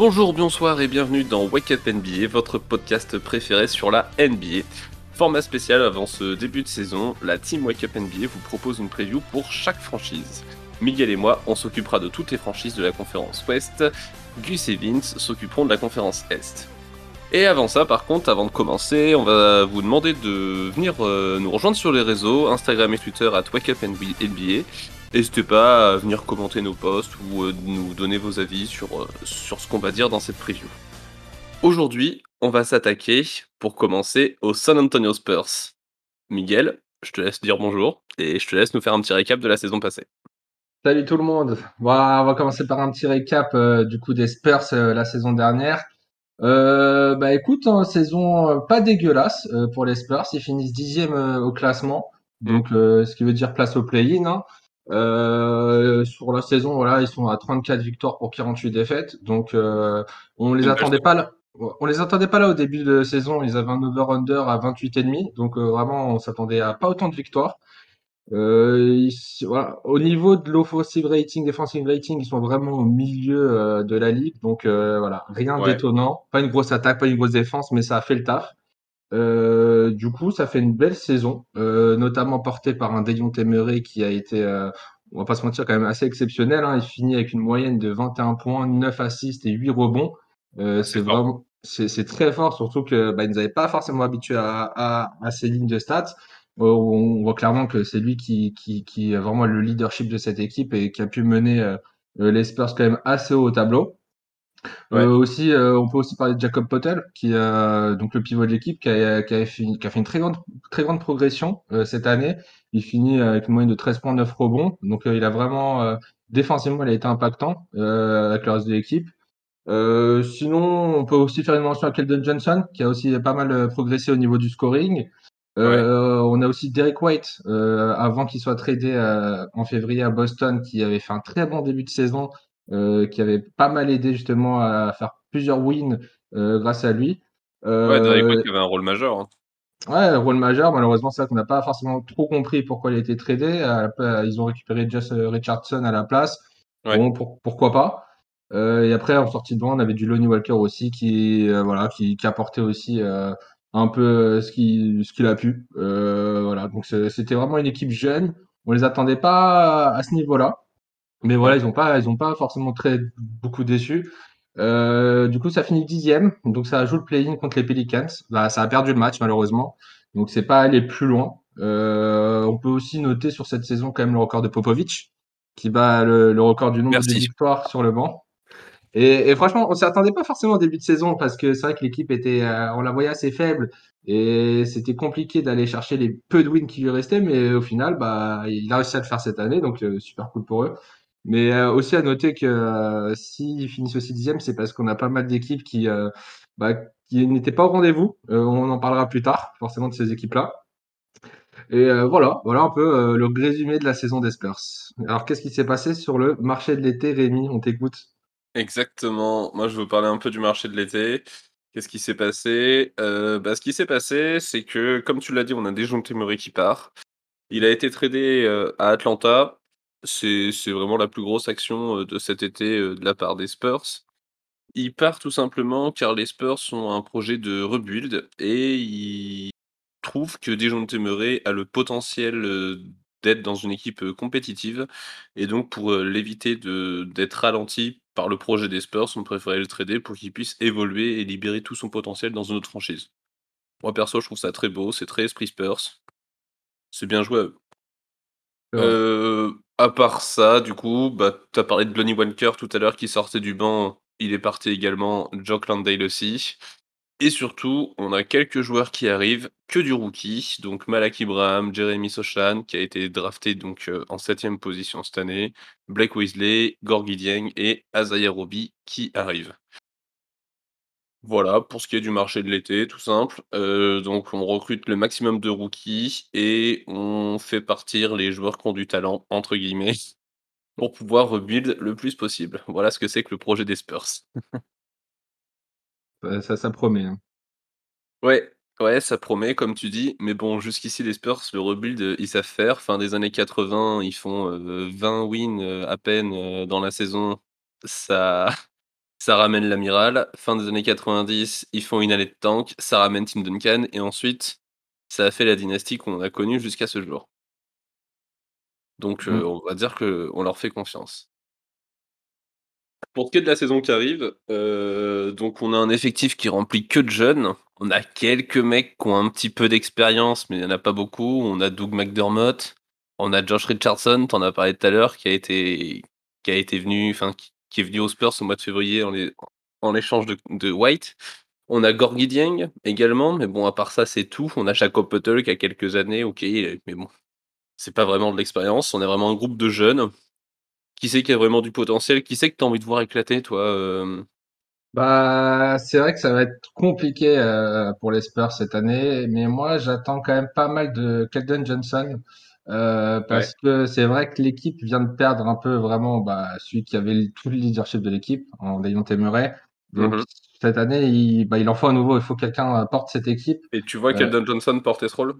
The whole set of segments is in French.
Bonjour, bonsoir et bienvenue dans Wake Up NBA, votre podcast préféré sur la NBA. Format spécial avant ce début de saison, la team Wake Up NBA vous propose une preview pour chaque franchise. Miguel et moi, on s'occupera de toutes les franchises de la conférence Ouest, Gus et Vince s'occuperont de la conférence Est. Et avant ça, par contre, avant de commencer, on va vous demander de venir nous rejoindre sur les réseaux, Instagram et Twitter @WakeUpNBA. N'hésitez pas à venir commenter nos posts ou nous donner vos avis sur ce qu'on va dire dans cette preview. Aujourd'hui, on va s'attaquer, pour commencer, aux San Antonio Spurs. Miguel, je te laisse dire bonjour et je te laisse nous faire un petit récap de la saison passée. Salut tout le monde. Voilà, on va commencer par un petit récap du coup des Spurs la saison dernière. Écoute, hein, saison pas dégueulasse pour les Spurs. Ils finissent 10e au classement, Hmm. donc ce qui veut dire place au play-in, hein. Sur la saison, voilà, ils sont à 34 victoires pour 48 défaites. Donc on les Une belle attendait saison. pas là. On les attendait pas là au début de saison. Ils avaient un over-under à 28,5. Donc vraiment, on s'attendait à pas autant de victoires. Voilà. Au niveau de l'offensive rating, defensive rating, ils sont vraiment au milieu de la ligue. Donc voilà, rien Ouais, d'étonnant. Pas une grosse attaque, pas une grosse défense, mais ça a fait le taf. Du coup, ça fait une belle saison, notamment portée par un Dejounte Murray qui a été, on va pas se mentir, quand même assez exceptionnel, hein. Il finit avec une moyenne de 21 points, 9 assists et 8 rebonds. c'est fort. C'est très fort, surtout que ils nous avaient pas forcément habitués à ces lignes de stats. On voit clairement que c'est lui qui a vraiment le leadership de cette équipe et qui a pu mener les Spurs quand même assez haut au tableau. Ouais, Aussi, on peut aussi parler de Jacob Poeltl, qui donc le pivot de l'équipe, qui a fait une très grande progression cette année. Il finit avec une moyenne de 13 points, 9 rebonds. Donc, il a vraiment défensivement, il a été impactant avec le reste de l'équipe. Sinon, on peut aussi faire une mention à Keldon Johnson, qui a aussi pas mal progressé au niveau du scoring. ouais. On a aussi Derek White, avant qu'il soit tradé en février à Boston, qui avait fait un très bon début de saison, qui avait pas mal aidé justement à faire plusieurs wins grâce à lui. Ouais, Derrick White Euh, qui avait un rôle majeur, hein. ouais, rôle majeur. Malheureusement, c'est vrai qu'on n'a pas forcément trop compris pourquoi il a été tradé. Ils ont récupéré Josh Richardson à la place. Ouais. Bon, pourquoi pas. Et après, en sortie de banc, on avait du Lonnie Walker aussi voilà, qui apportait aussi un peu ce qu'il a pu. Voilà, donc c'était vraiment une équipe jeune. On les attendait pas à ce niveau-là, mais voilà, Ouais. ils ont pas forcément très beaucoup déçu. Du coup, ça finit 10e, donc ça joue le play-in contre les Pelicans. Bah, ça a perdu le match malheureusement, donc c'est pas allé plus loin. On peut aussi noter sur cette saison quand même le record de Popovic, qui bat le record du nombre de Merci. victoires sur le banc. Et franchement, on s'y attendait pas forcément au début de saison parce que c'est vrai que l'équipe était, on la voyait assez faible et c'était compliqué d'aller chercher les peu de wins qui lui restaient, mais au final, bah, il a réussi à le faire cette année, donc super cool pour eux. Mais aussi à noter que s'ils finissent aussi 10e, c'est parce qu'on a pas mal d'équipes bah, qui n'étaient pas au rendez-vous. On en parlera plus tard, forcément, de ces équipes-là. Et voilà un peu le résumé de la saison des Spurs. Alors, qu'est-ce qui s'est passé sur le marché de l'été, Rémi? On t'écoute. Exactement. Moi, je veux parler un peu du marché de l'été. Qu'est-ce qui s'est passé? Ce qui s'est passé, c'est que, comme tu l'as dit, on a Dejounte Murray qui part. Il a été tradé, à Atlanta. C'est vraiment la plus grosse action, de cet été, de la part des Spurs. Il part tout simplement car les Spurs ont un projet de rebuild et ils trouvent que Dejounte Murray a le potentiel, d'être dans une équipe, compétitive et donc pour, l'éviter d'être ralenti par le projet des Spurs, on préférait le trader pour qu'il puisse évoluer et libérer tout son potentiel dans une autre franchise. Moi perso, je trouve ça très beau, c'est très esprit Spurs, c'est bien joué à eux. C'est vrai. À part ça, du coup, bah, tu as parlé de Lonnie Walker tout à l'heure qui sortait du banc, il est parti également, Jock Landale aussi. Et surtout, on a quelques joueurs qui arrivent, que du rookie, donc Malak Ibrahim, Jeremy Sochan, qui a été drafté donc en 7e position cette année, Blake Weasley, Gorgui Dieng et Isaiah Roby qui arrivent. Voilà, pour ce qui est du marché de l'été, tout simple. Donc on recrute le maximum de rookies et on fait partir les joueurs qui ont du «talent» entre guillemets, pour pouvoir rebuild le plus possible. Voilà ce que c'est que le projet des Spurs. Ça promet, hein. Ouais, ouais, ça promet comme tu dis, mais bon, jusqu'ici les Spurs, le rebuild, ils savent faire. Fin des années 80, ils font, 20 wins, à peine, dans la saison. Ça Ça ramène l'amiral. Fin des années 90, ils font une année de tank, ça ramène Tim Duncan et ensuite, ça a fait la dynastie qu'on a connue jusqu'à ce jour. Donc, Mmh. on va dire qu'on leur fait confiance. Pour ce qui est de la saison qui arrive, donc on a un effectif qui est rempli que de jeunes. On a quelques mecs qui ont un petit peu d'expérience, mais il y en a pas beaucoup. On a Doug McDermott, on a Josh Richardson, tu en as parlé tout à l'heure, qui a été venu enfin qui est venu aux Spurs au mois de février en échange de White. On a Gorgui Dieng également, mais bon à part ça, c'est tout. On a Jakob Poeltl qui a quelques années, OK, mais bon, c'est pas vraiment de l'expérience. On est vraiment un groupe de jeunes. Qui c'est qui a vraiment du potentiel? Qui c'est que tu as envie de voir éclater toi, hem? Bah, c'est vrai que ça va être compliqué pour les Spurs cette année, mais moi j'attends quand même pas mal de Keldon Johnson Ouais. parce que c'est vrai que l'équipe vient de perdre un peu vraiment celui qui avait tout le leadership de l'équipe en Dejounte Murray. Donc Mmh. cette année, il en faut à nouveau, il faut que quelqu'un porte cette équipe. Et tu vois Euh, Keldon Johnson porter ce rôle?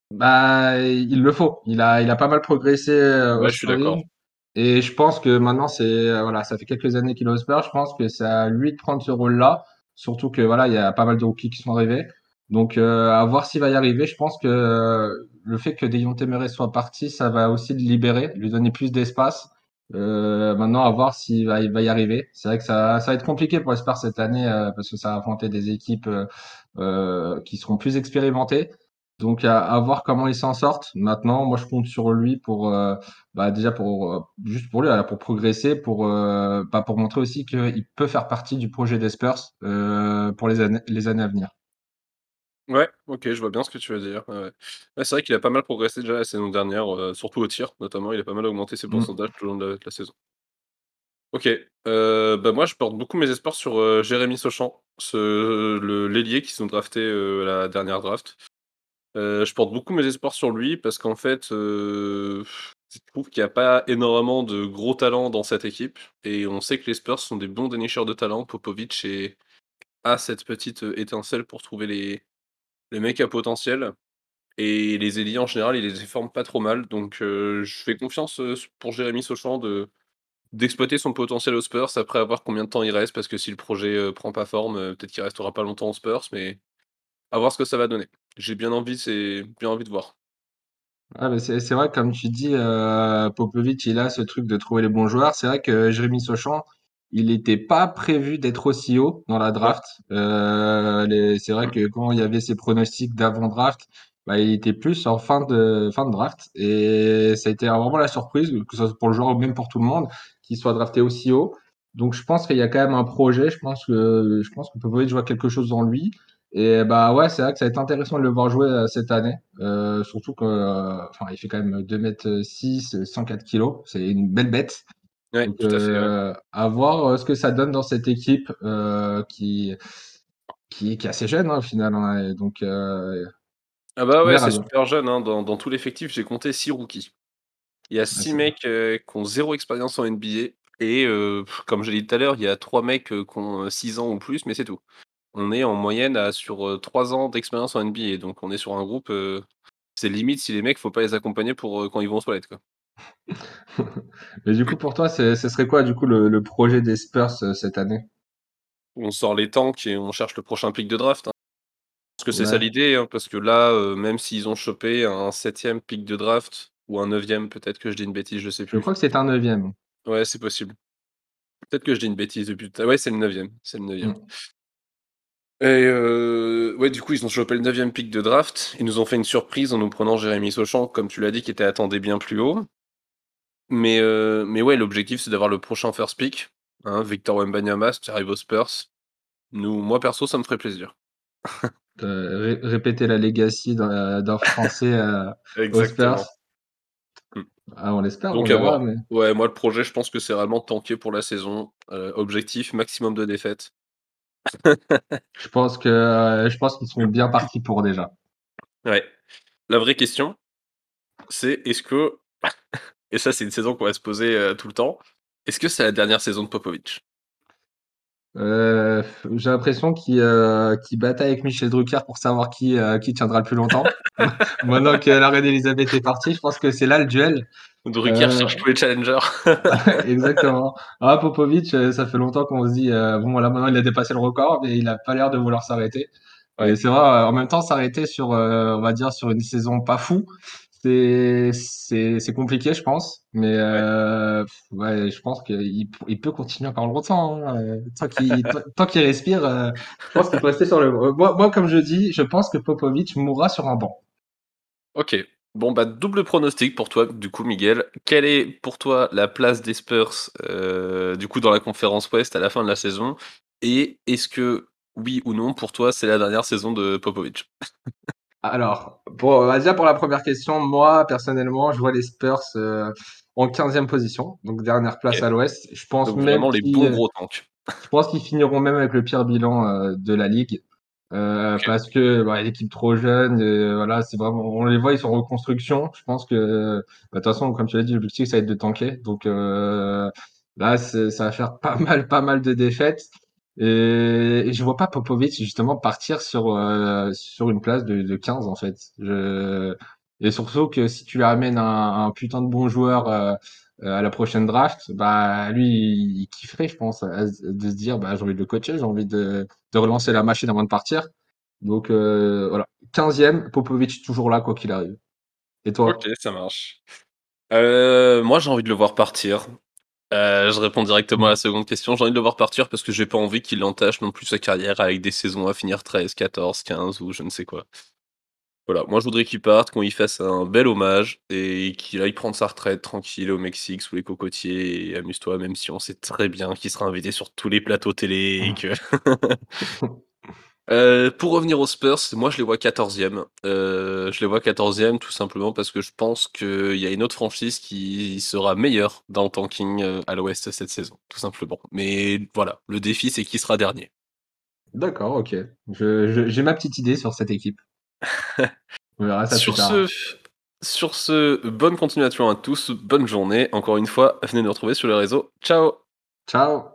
Il le faut. Il a pas mal progressé au Ouais, je suis d'accord. scoring. Et je pense que maintenant, voilà, ça fait quelques années qu'il est au Spurs. Je pense que c'est à lui de prendre ce rôle-là. Surtout que voilà, il y a pas mal de rookies qui sont arrivés. Donc, à voir s'il va y arriver. Je pense que le fait que Dejounte Murray soit parti, ça va aussi le libérer, lui donner plus d'espace. Maintenant, à voir il va y arriver. C'est vrai que ça va être compliqué pour les Spurs cette année parce que ça va affronter des équipes qui seront plus expérimentées. Donc à voir comment ils s'en sortent. Maintenant, moi je compte sur lui pour déjà pour juste pour lui, voilà, pour progresser, pour montrer aussi qu'il peut faire partie du projet des Spurs pour les années à venir. Ouais, OK, je vois bien ce que tu veux dire, ouais, ouais. Ouais, c'est vrai qu'il a pas mal progressé déjà la saison dernière, surtout au tir notamment, il a pas mal augmenté ses Mm. pourcentages tout au long de la saison. OK, bah, moi je porte beaucoup mes espoirs sur, Jérémy Sochan, l'ailier qu'ils ont drafté, la dernière draft. Je porte beaucoup mes espoirs sur lui parce qu'en fait, je trouve qu'il y a pas énormément de gros talents dans cette équipe et on sait que les Spurs sont des bons dénicheurs de talent. Popovic a cette petite, étincelle pour trouver les mecs à potentiel et les ailiers en général, il les forme pas trop mal donc je fais confiance, pour Jérémy Sochan d'exploiter son potentiel aux Spurs. Après à voir combien de temps il reste parce que si le projet, prend pas forme, peut-être qu'il restera pas longtemps aux Spurs mais à voir ce que ça va donner. J'ai bien envie de voir. Ah, mais c'est vrai, comme tu dis, Popovic, il a ce truc de trouver les bons joueurs. C'est vrai que Jérémy Sochan, il n'était pas prévu d'être aussi haut dans la Ouais. draft. C'est vrai que quand il y avait ses pronostics d'avant-draft, il était plus en fin de draft. Et ça a été vraiment la surprise, que ce soit pour le joueur ou même pour tout le monde, qu'il soit drafté aussi haut. Donc je pense qu'il y a quand même un projet. Je pense que Popovic voit quelque chose en lui. Et bah ouais, c'est vrai que ça va être intéressant de le voir jouer cette année. Surtout que, enfin, il fait quand même 2 m 6, 104 kilos. C'est une belle bête. Ouais, Donc, tout à fait, ouais. à voir ce que ça donne dans cette équipe qui est assez jeune hein, au final, hein. Et donc, Ah bah, on ouais, verra c'est bien. super jeune, hein, dans tout l'effectif, j'ai compté 6 rookies. Il y a Ouais, 6 mecs, qui ont 0 expérience en NBA et comme j'ai dit tout à l'heure, il y a 3 mecs, qui ont, 6 ans ou plus, mais c'est tout. On est en moyenne à sur, 3 ans d'expérience en NBA, donc on est sur un groupe, c'est limite si les mecs, faut pas les accompagner pour, quand ils vont aux toilettes, quoi. Mais du coup, pour toi, ce serait quoi, du coup, le projet des Spurs cette année? On sort les tanks et on cherche le prochain pick de draft, hein. Parce que c'est ça Ouais. l'idée, hein, parce que là, même s'ils ont chopé un 7e pick de draft ou un 9e, peut-être que je dis une bêtise, je sais Je plus. crois que c'est un neuvième. Ouais, c'est possible. Peut-être que je dis une bêtise depuis tout à ouais, c'est le 9e, c'est le 9e Mm. et ouais, du coup, ils ont chopé le 9e pick de draft. Ils nous ont fait une surprise en nous prenant Jérémy Sochan, comme tu l'as dit, qui était attendu bien plus haut. Mais ouais, l'objectif, c'est d'avoir le prochain first pick, hein, Victor Wembanyama, qui arrive aux Spurs. Moi, perso, ça me ferait plaisir. Répéter la legacy d'un Français aux Spurs. Exactement. Mmh. Ah, on l'espère, on Donc à verra, voir. mais Ouais, moi, le projet, je pense que c'est vraiment de tanker pour la saison. Objectif, maximum de défaites. je pense qu'ils sont bien partis pour déjà. Ouais. La vraie question, c'est est-ce que et ça, c'est une saison qu'on va se poser, tout le temps. Est-ce que c'est la dernière saison de Popovic? J'ai l'impression qu'ils bataillent avec Michel Drucker pour savoir qui tiendra le plus longtemps. Maintenant que la reine Elisabeth est partie, je pense que c'est là le duel. Drucker cherche Euh, tous les challengers. Exactement. Ah, Popovic, ça fait longtemps qu'on se dit, bon, là maintenant il a dépassé le record, mais il a pas l'air de vouloir s'arrêter. Et Ouais, c'est vrai, en même temps, s'arrêter sur, on va dire, sur une saison pas fou, c'est compliqué, je pense. Mais ouais. ouais, je pense qu'il peut continuer encore longtemps, hein. Tant qu'il respire, je pense qu'il peut rester sur le. Moi, comme je dis, je pense que Popovic mourra sur un banc. Ok. Bon, bah, double pronostic pour toi, du coup, Miguel. Quelle est pour toi la place des Spurs, du coup, dans la conférence Ouest à la fin de la saison? Et est-ce que, oui ou non, pour toi, c'est la dernière saison de Popovic? Alors, déjà pour la première question, moi, personnellement, je vois les Spurs en 15e position, donc dernière place Ok. à l'Ouest. Donc vraiment les bons gros tanks. Je pense qu'ils finiront même avec le pire bilan de la ligue. Ok. Parce que bah, l'équipe trop jeune, voilà, c'est vraiment, on les voit, ils sont en reconstruction. Je pense que, bah, de toute façon, comme tu l'as dit, l'objectif, ça va être de tanker. Donc là, ça va faire pas mal de défaites. Et je vois pas Popovic justement partir sur une place de 15 en fait. Et surtout que si tu lui ramènes un putain de bon joueur à la prochaine draft, bah lui, il kifferait, je pense, de se dire, bah j'ai envie de le coacher, j'ai envie de relancer la machine avant de partir. Donc voilà, 15e, Popovic toujours là quoi qu'il arrive. Et Ok, toi? ça marche. Moi, j'ai envie de le voir partir. Je réponds directement à la seconde question. J'ai envie de le voir partir parce que j'ai pas envie qu'il entache non plus sa carrière avec des saisons à finir 13, 14, 15 ou je ne sais quoi. Voilà, moi je voudrais qu'il parte, qu'on lui fasse un bel hommage et qu'il aille prendre sa retraite tranquille au Mexique sous les cocotiers et amuse-toi, même si on sait très bien qu'il sera invité sur tous les plateaux télé et que pour revenir aux Spurs, moi je les vois 14e. Je les vois 14e tout simplement parce que je pense qu'il y a une autre franchise qui sera meilleure dans le tanking, à l'Ouest cette saison, tout simplement. Mais voilà, le défi c'est qui sera dernier. D'accord, ok. J'ai ma petite idée sur cette équipe. On verra ça plus Sur tard. ce sur ce, bonne continuation à tous, bonne journée. Encore une fois, venez nous retrouver sur les réseaux. Ciao! Ciao!